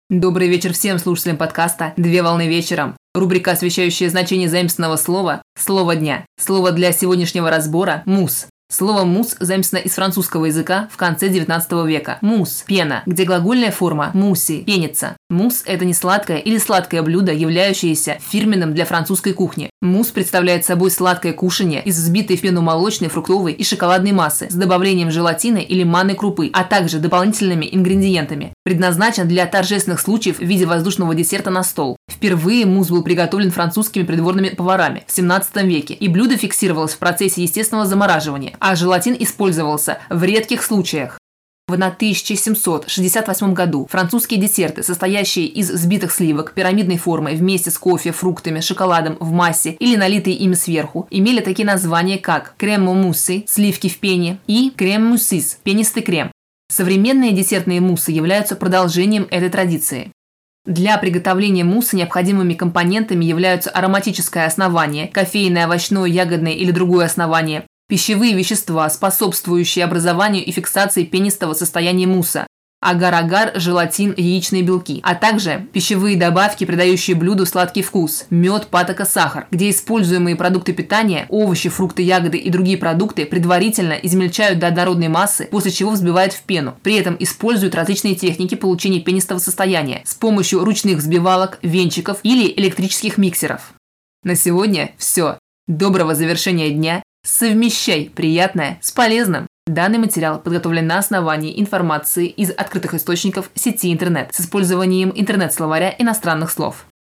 Добрый вечер всем слушателям подкаста «Две волны вечером». Рубрика, освещающая значение заимствованного слова «Слово дня». Слово для сегодняшнего разбора – «мусс». Слово «мусс» заимствовано из французского языка в конце 19 века. Мусс – пена, где глагольная форма «мусси» – пениться. Мусс – это не сладкое или сладкое блюдо, являющееся фирменным для французской кухни. Мусс представляет собой сладкое кушанье из взбитой в пену молочной, фруктовой и шоколадной массы с добавлением желатина или манной крупы, а также дополнительными ингредиентами. Предназначен для торжественных случаев в виде воздушного десерта на стол. Впервые мусс был приготовлен французскими придворными поварами в 17 веке, и блюдо фиксировалось в процессе естественного замораживания, а желатин использовался в редких случаях. В 1768 году французские десерты, состоящие из взбитых сливок пирамидной формы вместе с кофе, фруктами, шоколадом в массе или налитые ими сверху, имели такие названия, как крем-муссы – сливки в пене и крем-муссис – пенистый крем. Современные десертные муссы являются продолжением этой традиции. Для приготовления мусса необходимыми компонентами являются ароматическое основание, кофейное, овощное, ягодное или другое основание, пищевые вещества, способствующие образованию и фиксации пенистого состояния мусса, агар-агар, желатин, яичные белки, а также пищевые добавки, придающие блюду сладкий вкус, мед, патока, сахар, где используемые продукты питания, овощи, фрукты, ягоды и другие продукты предварительно измельчают до однородной массы, после чего взбивают в пену. При этом используют различные техники получения пенистого состояния с помощью ручных взбивалок, венчиков или электрических миксеров. На сегодня все. Доброго завершения дня. Совмещай приятное с полезным. Данный материал подготовлен на основании информации из открытых источников сети интернет с использованием интернет-словаря иностранных слов.